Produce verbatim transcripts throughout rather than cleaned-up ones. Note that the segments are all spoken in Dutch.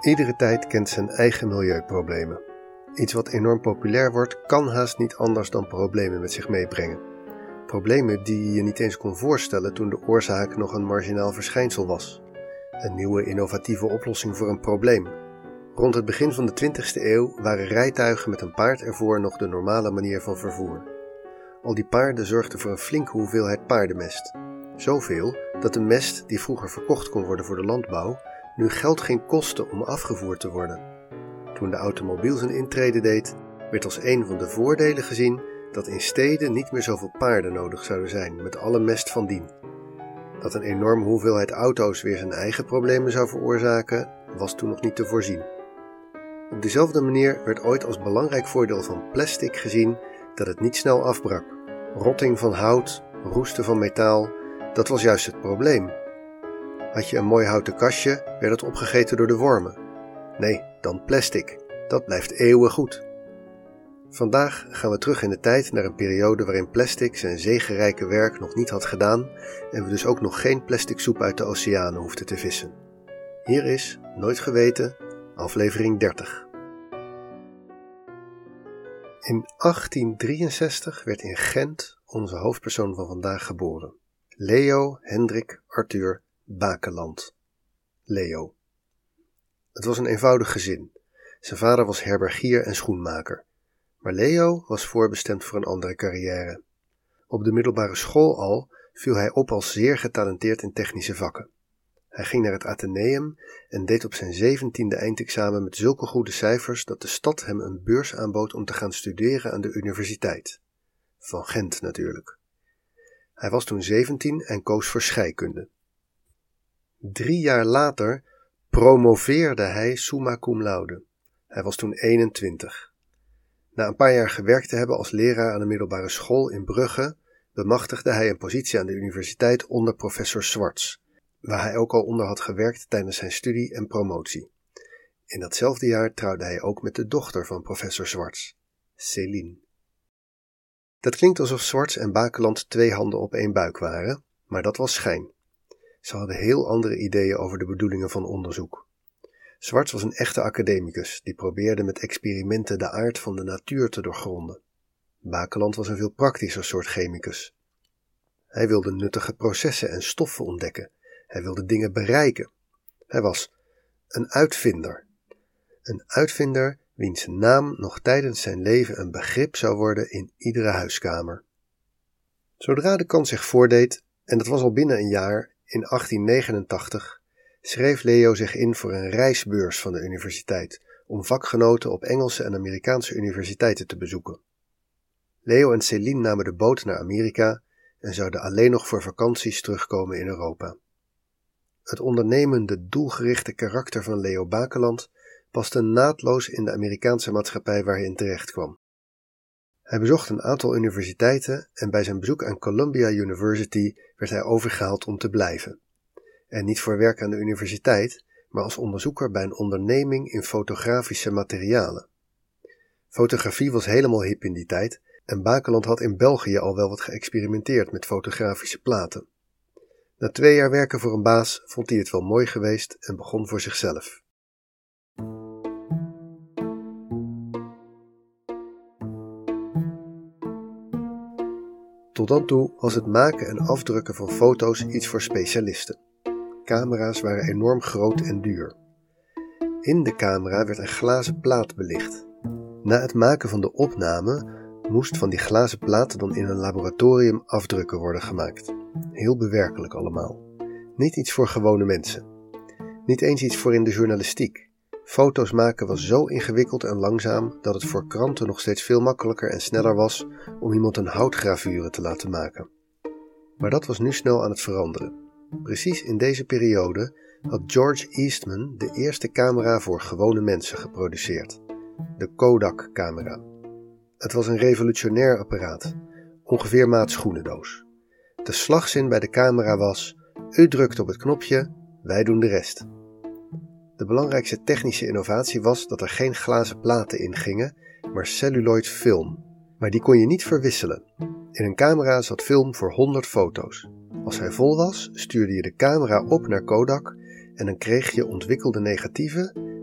Iedere tijd kent zijn eigen milieuproblemen. Iets wat enorm populair wordt, kan haast niet anders dan problemen met zich meebrengen. Problemen die je je niet eens kon voorstellen toen de oorzaak nog een marginaal verschijnsel was. Een nieuwe innovatieve oplossing voor een probleem. Rond het begin van de twintigste eeuw waren rijtuigen met een paard ervoor nog de normale manier van vervoer. Al die paarden zorgden voor een flinke hoeveelheid paardenmest. Zoveel dat de mest die vroeger verkocht kon worden voor de landbouw, nu geld ging kosten om afgevoerd te worden. Toen de automobiel zijn intrede deed, werd als een van de voordelen gezien dat in steden niet meer zoveel paarden nodig zouden zijn, met alle mest van dien. Dat een enorme hoeveelheid auto's weer zijn eigen problemen zou veroorzaken, was toen nog niet te voorzien. Op dezelfde manier werd ooit als belangrijk voordeel van plastic gezien dat het niet snel afbrak. Rotting van hout, roesten van metaal, dat was juist het probleem. Had je een mooi houten kastje, werd het opgegeten door de wormen. Nee, dan plastic. Dat blijft eeuwen goed. Vandaag gaan we terug in de tijd naar een periode waarin plastic zijn zegenrijke werk nog niet had gedaan en we dus ook nog geen plastic soep uit de oceanen hoefden te vissen. Hier is, nooit geweten, aflevering dertig. In achttien drieënzestig werd in Gent onze hoofdpersoon van vandaag geboren. Leo Hendrik Arthur Baekeland. Leo. Het was een eenvoudig gezin. Zijn vader was herbergier en schoenmaker. Maar Leo was voorbestemd voor een andere carrière. Op de middelbare school al viel hij op als zeer getalenteerd in technische vakken. Hij ging naar het Atheneum en deed op zijn zeventiende eindexamen met zulke goede cijfers dat de stad hem een beurs aanbood om te gaan studeren aan de universiteit. Van Gent natuurlijk. Hij was toen zeventien en koos voor scheikunde. Drie jaar later promoveerde hij summa cum laude. Hij was toen eenentwintig. Na een paar jaar gewerkt te hebben als leraar aan de middelbare school in Brugge, bemachtigde hij een positie aan de universiteit onder professor Swarts, waar hij ook al onder had gewerkt tijdens zijn studie en promotie. In datzelfde jaar trouwde hij ook met de dochter van professor Swarts, Céline. Dat klinkt alsof Swarts en Baekeland twee handen op één buik waren, maar dat was schijn. Ze hadden heel andere ideeën over de bedoelingen van onderzoek. Swarts was een echte academicus, die probeerde met experimenten de aard van de natuur te doorgronden. Baekeland was een veel praktischer soort chemicus. Hij wilde nuttige processen en stoffen ontdekken. Hij wilde dingen bereiken. Hij was een uitvinder. Een uitvinder wiens naam nog tijdens zijn leven een begrip zou worden in iedere huiskamer. Zodra de kans zich voordeed, en dat was al binnen een jaar, in achttien negenentachtig, schreef Leo zich in voor een reisbeurs van de universiteit om vakgenoten op Engelse en Amerikaanse universiteiten te bezoeken. Leo en Céline namen de boot naar Amerika en zouden alleen nog voor vakanties terugkomen in Europa. Het ondernemende, doelgerichte karakter van Leo Baekeland paste naadloos in de Amerikaanse maatschappij waar hij in terecht kwam. Hij bezocht een aantal universiteiten en bij zijn bezoek aan Columbia University werd hij overgehaald om te blijven. En niet voor werk aan de universiteit, maar als onderzoeker bij een onderneming in fotografische materialen. Fotografie was helemaal hip in die tijd en Baekeland had in België al wel wat geëxperimenteerd met fotografische platen. Na twee jaar werken voor een baas vond hij het wel mooi geweest en begon voor zichzelf. Tot dan toe was het maken en afdrukken van foto's iets voor specialisten. Camera's waren enorm groot en duur. In de camera werd een glazen plaat belicht. Na het maken van de opname moest van die glazen plaat dan in een laboratorium afdrukken worden gemaakt. Heel bewerkelijk allemaal. Niet iets voor gewone mensen. Niet eens iets voor in de journalistiek. Foto's maken was zo ingewikkeld en langzaam dat het voor kranten nog steeds veel makkelijker en sneller was om iemand een houtgravure te laten maken. Maar dat was nu snel aan het veranderen. Precies in deze periode had George Eastman de eerste camera voor gewone mensen geproduceerd. De Kodak-camera. Het was een revolutionair apparaat, ongeveer maat schoenendoos. De slagzin bij de camera was: u drukt op het knopje, wij doen de rest. De belangrijkste technische innovatie was dat er geen glazen platen in gingen, maar celluloid film. Maar die kon je niet verwisselen. In een camera zat film voor honderd foto's. Als hij vol was, stuurde je de camera op naar Kodak en dan kreeg je ontwikkelde negatieven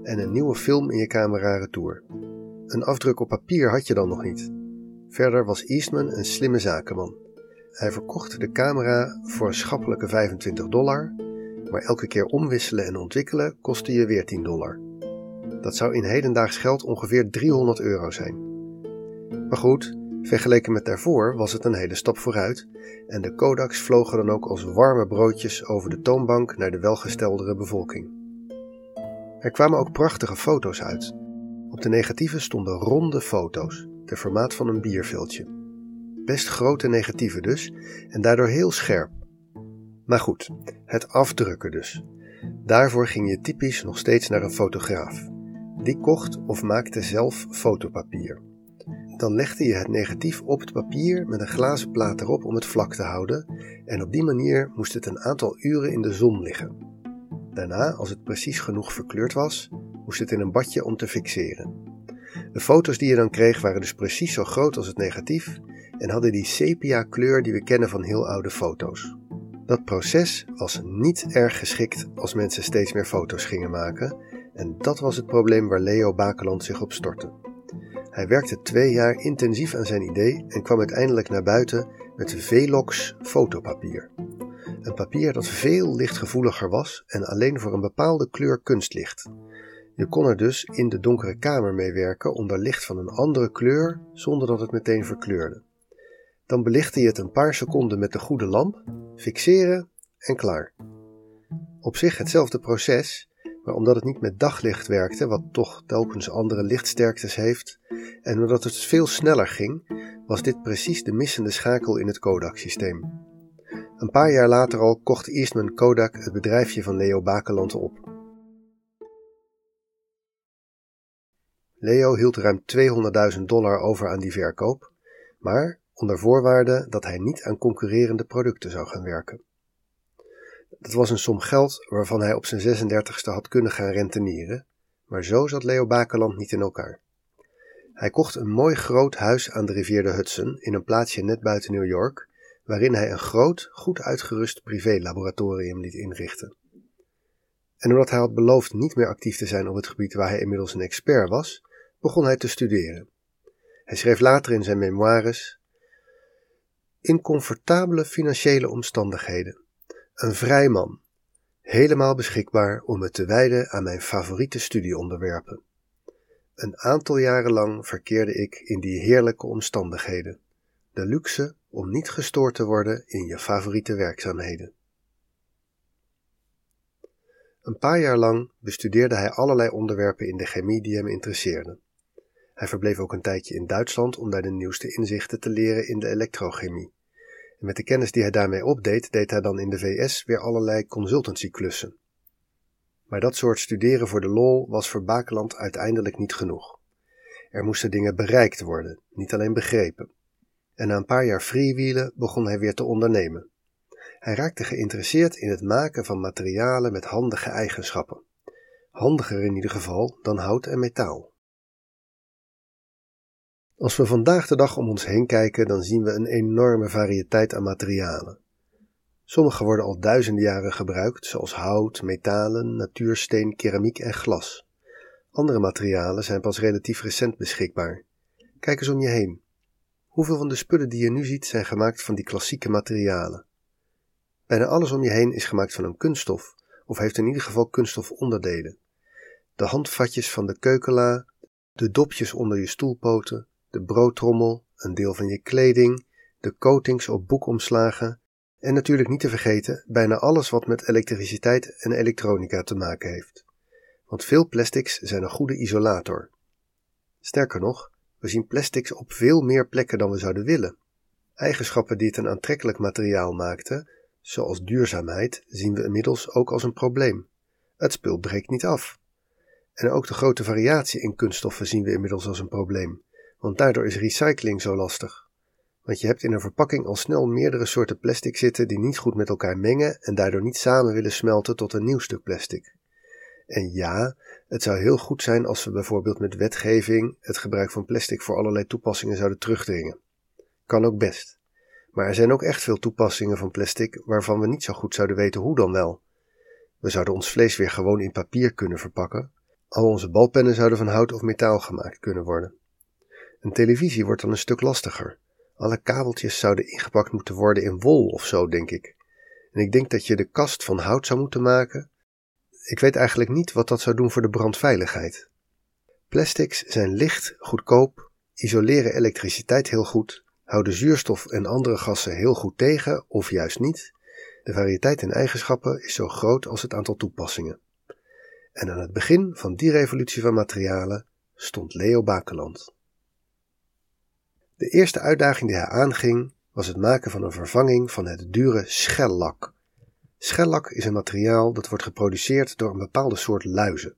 en een nieuwe film in je camera retour. Een afdruk op papier had je dan nog niet. Verder was Eastman een slimme zakenman. Hij verkocht de camera voor een schappelijke vijfentwintig dollar, maar elke keer omwisselen en ontwikkelen kostte je weer tien dollar. Dat zou in hedendaags geld ongeveer driehonderd euro zijn. Maar goed, vergeleken met daarvoor was het een hele stap vooruit en de Kodaks vlogen dan ook als warme broodjes over de toonbank naar de welgesteldere bevolking. Er kwamen ook prachtige foto's uit. Op de negatieven stonden ronde foto's, ter formaat van een bierviltje. Best grote negatieven dus, en daardoor heel scherp. Maar goed, het afdrukken dus. Daarvoor ging je typisch nog steeds naar een fotograaf. Die kocht of maakte zelf fotopapier. Dan legde je het negatief op het papier met een glazen plaat erop om het vlak te houden en op die manier moest het een aantal uren in de zon liggen. Daarna, als het precies genoeg verkleurd was, moest het in een badje om te fixeren. De foto's die je dan kreeg waren dus precies zo groot als het negatief en hadden die sepia kleur die we kennen van heel oude foto's. Dat proces was niet erg geschikt als mensen steeds meer foto's gingen maken en dat was het probleem waar Leo Baekeland zich op stortte. Hij werkte twee jaar intensief aan zijn idee en kwam uiteindelijk naar buiten met Velox fotopapier. Een papier dat veel lichtgevoeliger was en alleen voor een bepaalde kleur kunstlicht. Je kon er dus in de donkere kamer mee werken onder licht van een andere kleur zonder dat het meteen verkleurde. Dan belichtte je het een paar seconden met de goede lamp, fixeren en klaar. Op zich hetzelfde proces, maar omdat het niet met daglicht werkte, wat toch telkens andere lichtsterktes heeft, en omdat het veel sneller ging, was dit precies de missende schakel in het Kodak-systeem. Een paar jaar later al kocht Eastman Kodak het bedrijfje van Leo Baekeland op. Leo hield ruim tweehonderdduizend dollar over aan die verkoop, maar onder voorwaarde dat hij niet aan concurrerende producten zou gaan werken. Dat was een som geld waarvan hij op zijn zesendertigste had kunnen gaan rentenieren, maar zo zat Leo Baekeland niet in elkaar. Hij kocht een mooi groot huis aan de rivier de Hudson in een plaatsje net buiten New York, waarin hij een groot, goed uitgerust privélaboratorium liet inrichten. En omdat hij had beloofd niet meer actief te zijn op het gebied waar hij inmiddels een expert was, begon hij te studeren. Hij schreef later in zijn memoires: in comfortabele financiële omstandigheden, een vrij man, helemaal beschikbaar om me te wijden aan mijn favoriete studieonderwerpen. Een aantal jaren lang verkeerde ik in die heerlijke omstandigheden, de luxe om niet gestoord te worden in je favoriete werkzaamheden. Een paar jaar lang bestudeerde hij allerlei onderwerpen in de chemie die hem interesseerden. Hij verbleef ook een tijdje in Duitsland om daar de nieuwste inzichten te leren in de elektrochemie. En met de kennis die hij daarmee opdeed, deed hij dan in de V S weer allerlei consultancyklussen. Maar dat soort studeren voor de lol was voor Baekeland uiteindelijk niet genoeg. Er moesten dingen bereikt worden, niet alleen begrepen. En na een paar jaar freewheelen begon hij weer te ondernemen. Hij raakte geïnteresseerd in het maken van materialen met handige eigenschappen. Handiger in ieder geval dan hout en metaal. Als we vandaag de dag om ons heen kijken, dan zien we een enorme variëteit aan materialen. Sommige worden al duizenden jaren gebruikt, zoals hout, metalen, natuursteen, keramiek en glas. Andere materialen zijn pas relatief recent beschikbaar. Kijk eens om je heen. Hoeveel van de spullen die je nu ziet zijn gemaakt van die klassieke materialen? Bijna alles om je heen is gemaakt van een kunststof, of heeft in ieder geval kunststofonderdelen. De handvatjes van de keukenla, de dopjes onder je stoelpoten, de broodtrommel, een deel van je kleding, de coatings op boekomslagen en natuurlijk niet te vergeten bijna alles wat met elektriciteit en elektronica te maken heeft. Want veel plastics zijn een goede isolator. Sterker nog, we zien plastics op veel meer plekken dan we zouden willen. Eigenschappen die het een aantrekkelijk materiaal maakten, zoals duurzaamheid, zien we inmiddels ook als een probleem. Het spul breekt niet af. En ook de grote variatie in kunststoffen zien we inmiddels als een probleem, want daardoor is recycling zo lastig. Want je hebt in een verpakking al snel meerdere soorten plastic zitten die niet goed met elkaar mengen en daardoor niet samen willen smelten tot een nieuw stuk plastic. En ja, het zou heel goed zijn als we bijvoorbeeld met wetgeving het gebruik van plastic voor allerlei toepassingen zouden terugdringen. Kan ook best. Maar er zijn ook echt veel toepassingen van plastic waarvan we niet zo goed zouden weten hoe dan wel. We zouden ons vlees weer gewoon in papier kunnen verpakken, Al onze balpennen zouden van hout of metaal gemaakt kunnen worden. Een televisie wordt dan een stuk lastiger. Alle kabeltjes zouden ingepakt moeten worden in wol of zo, denk ik. En ik denk dat je de kast van hout zou moeten maken. Ik weet eigenlijk niet wat dat zou doen voor de brandveiligheid. Plastics zijn licht, goedkoop, isoleren elektriciteit heel goed, houden zuurstof en andere gassen heel goed tegen, of juist niet. De variëteit in eigenschappen is zo groot als het aantal toepassingen. En aan het begin van die revolutie van materialen stond Leo Baekeland. De eerste uitdaging die hij aanging was het maken van een vervanging van het dure schellak. Schellak is een materiaal dat wordt geproduceerd door een bepaalde soort luizen.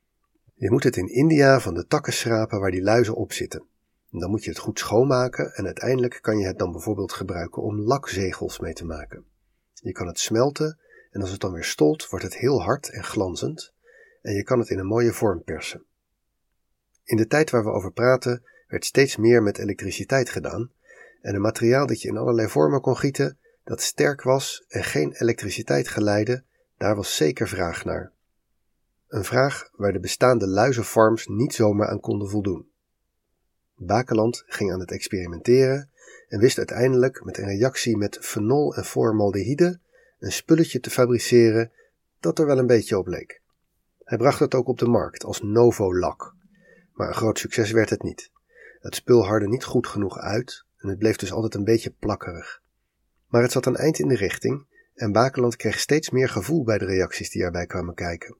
Je moet het in India van de takken schrapen waar die luizen op zitten. En dan moet je het goed schoonmaken en uiteindelijk kan je het dan bijvoorbeeld gebruiken om lakzegels mee te maken. Je kan het smelten en als het dan weer stolt wordt het heel hard en glanzend en je kan het in een mooie vorm persen. In de tijd waar we over praten werd steeds meer met elektriciteit gedaan en een materiaal dat je in allerlei vormen kon gieten, dat sterk was en geen elektriciteit geleidde, daar was zeker vraag naar. Een vraag waar de bestaande luizenfarms niet zomaar aan konden voldoen. Baekeland ging aan het experimenteren en wist uiteindelijk met een reactie met fenol en formaldehyde een spulletje te fabriceren dat er wel een beetje op leek. Hij bracht het ook op de markt als Novolak, maar een groot succes werd het niet. Het spul hardde niet goed genoeg uit en het bleef dus altijd een beetje plakkerig. Maar het zat een eind in de richting en Baekeland kreeg steeds meer gevoel bij de reacties die erbij kwamen kijken.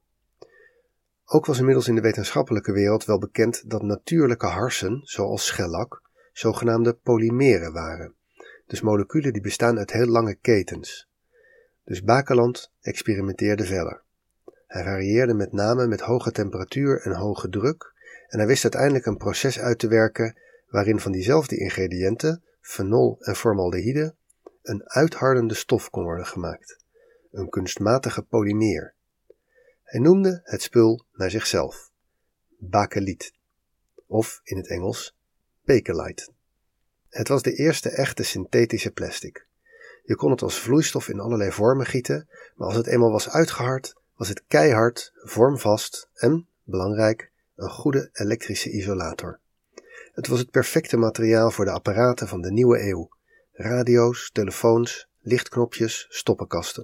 Ook was inmiddels in de wetenschappelijke wereld wel bekend dat natuurlijke harsen, zoals schellak, zogenaamde polymeren waren, dus moleculen die bestaan uit heel lange ketens. Dus Baekeland experimenteerde verder. Hij varieerde met name met hoge temperatuur en hoge druk en hij wist uiteindelijk een proces uit te werken waarin van diezelfde ingrediënten, fenol en formaldehyde, een uithardende stof kon worden gemaakt, een kunstmatige polymeer. Hij noemde het spul naar zichzelf, bakeliet, of in het Engels bakelite. Het was de eerste echte synthetische plastic. Je kon het als vloeistof in allerlei vormen gieten, maar als het eenmaal was uitgehard, was het keihard, vormvast en, belangrijk, een goede elektrische isolator. Het was het perfecte materiaal voor de apparaten van de nieuwe eeuw. Radio's, telefoons, lichtknopjes, stoppenkasten.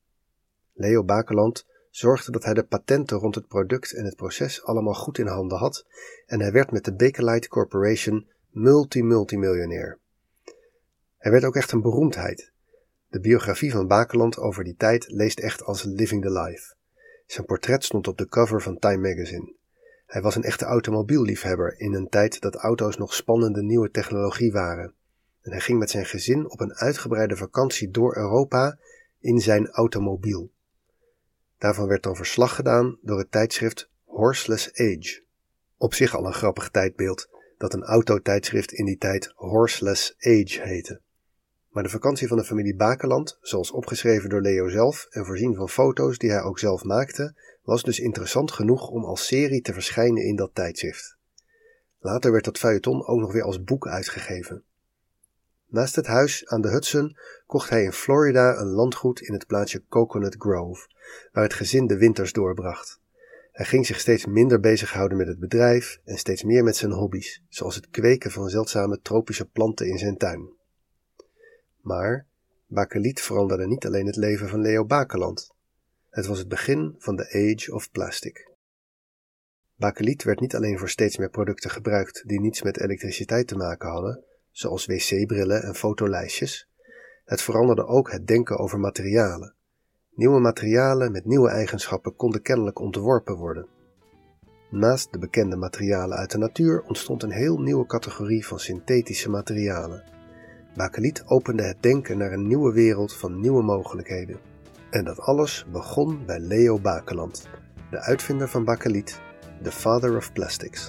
Leo Baekeland zorgde dat hij de patenten rond het product en het proces allemaal goed in handen had en hij werd met de Bakelite Corporation multi-multimiljonair. Hij werd ook echt een beroemdheid. De biografie van Baekeland over die tijd leest echt als living the life. Zijn portret stond op de cover van Time magazine. Hij was een echte automobielliefhebber in een tijd dat auto's nog spannende nieuwe technologie waren. En hij ging met zijn gezin op een uitgebreide vakantie door Europa in zijn automobiel. Daarvan werd dan verslag gedaan door het tijdschrift Horseless Age. Op zich al een grappig tijdbeeld dat een autotijdschrift in die tijd Horseless Age heette. Maar de vakantie van de familie Baekeland, zoals opgeschreven door Leo zelf en voorzien van foto's die hij ook zelf maakte, was dus interessant genoeg om als serie te verschijnen in dat tijdschrift. Later werd dat feuilleton ook nog weer als boek uitgegeven. Naast het huis aan de Hudson kocht hij in Florida een landgoed in het plaatsje Coconut Grove, waar het gezin de winters doorbracht. Hij ging zich steeds minder bezighouden met het bedrijf en steeds meer met zijn hobby's, zoals het kweken van zeldzame tropische planten in zijn tuin. Maar bakeliet veranderde niet alleen het leven van Leo Baekeland. Het was het begin van de Age of Plastic. Bakeliet werd niet alleen voor steeds meer producten gebruikt die niets met elektriciteit te maken hadden, zoals wc-brillen en fotolijstjes. Het veranderde ook het denken over materialen. Nieuwe materialen met nieuwe eigenschappen konden kennelijk ontworpen worden. Naast de bekende materialen uit de natuur ontstond een heel nieuwe categorie van synthetische materialen. Bakeliet opende het denken naar een nieuwe wereld van nieuwe mogelijkheden. En dat alles begon bij Leo Baekeland, de uitvinder van bakeliet, the father of plastics.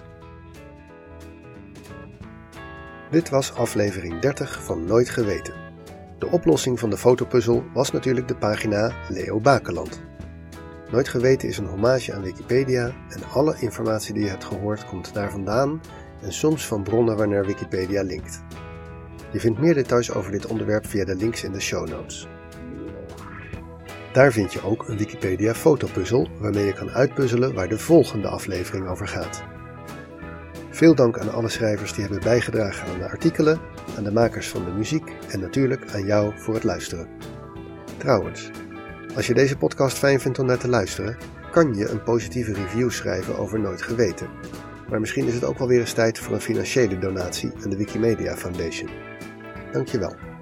Dit was aflevering dertig van Nooit Geweten. De oplossing van de fotopuzzel was natuurlijk de pagina Leo Baekeland. Nooit Geweten is een hommage aan Wikipedia en alle informatie die je hebt gehoord komt daar vandaan en soms van bronnen waarnaar Wikipedia linkt. Je vindt meer details over dit onderwerp via de links in de show notes. Daar vind je ook een Wikipedia fotopuzzel waarmee je kan uitpuzzelen waar de volgende aflevering over gaat. Veel dank aan alle schrijvers die hebben bijgedragen aan de artikelen, aan de makers van de muziek en natuurlijk aan jou voor het luisteren. Trouwens, als je deze podcast fijn vindt om naar te luisteren, kan je een positieve review schrijven over Nooit Geweten. Maar misschien is het ook wel weer eens tijd voor een financiële donatie aan de Wikimedia Foundation. Dankjewel.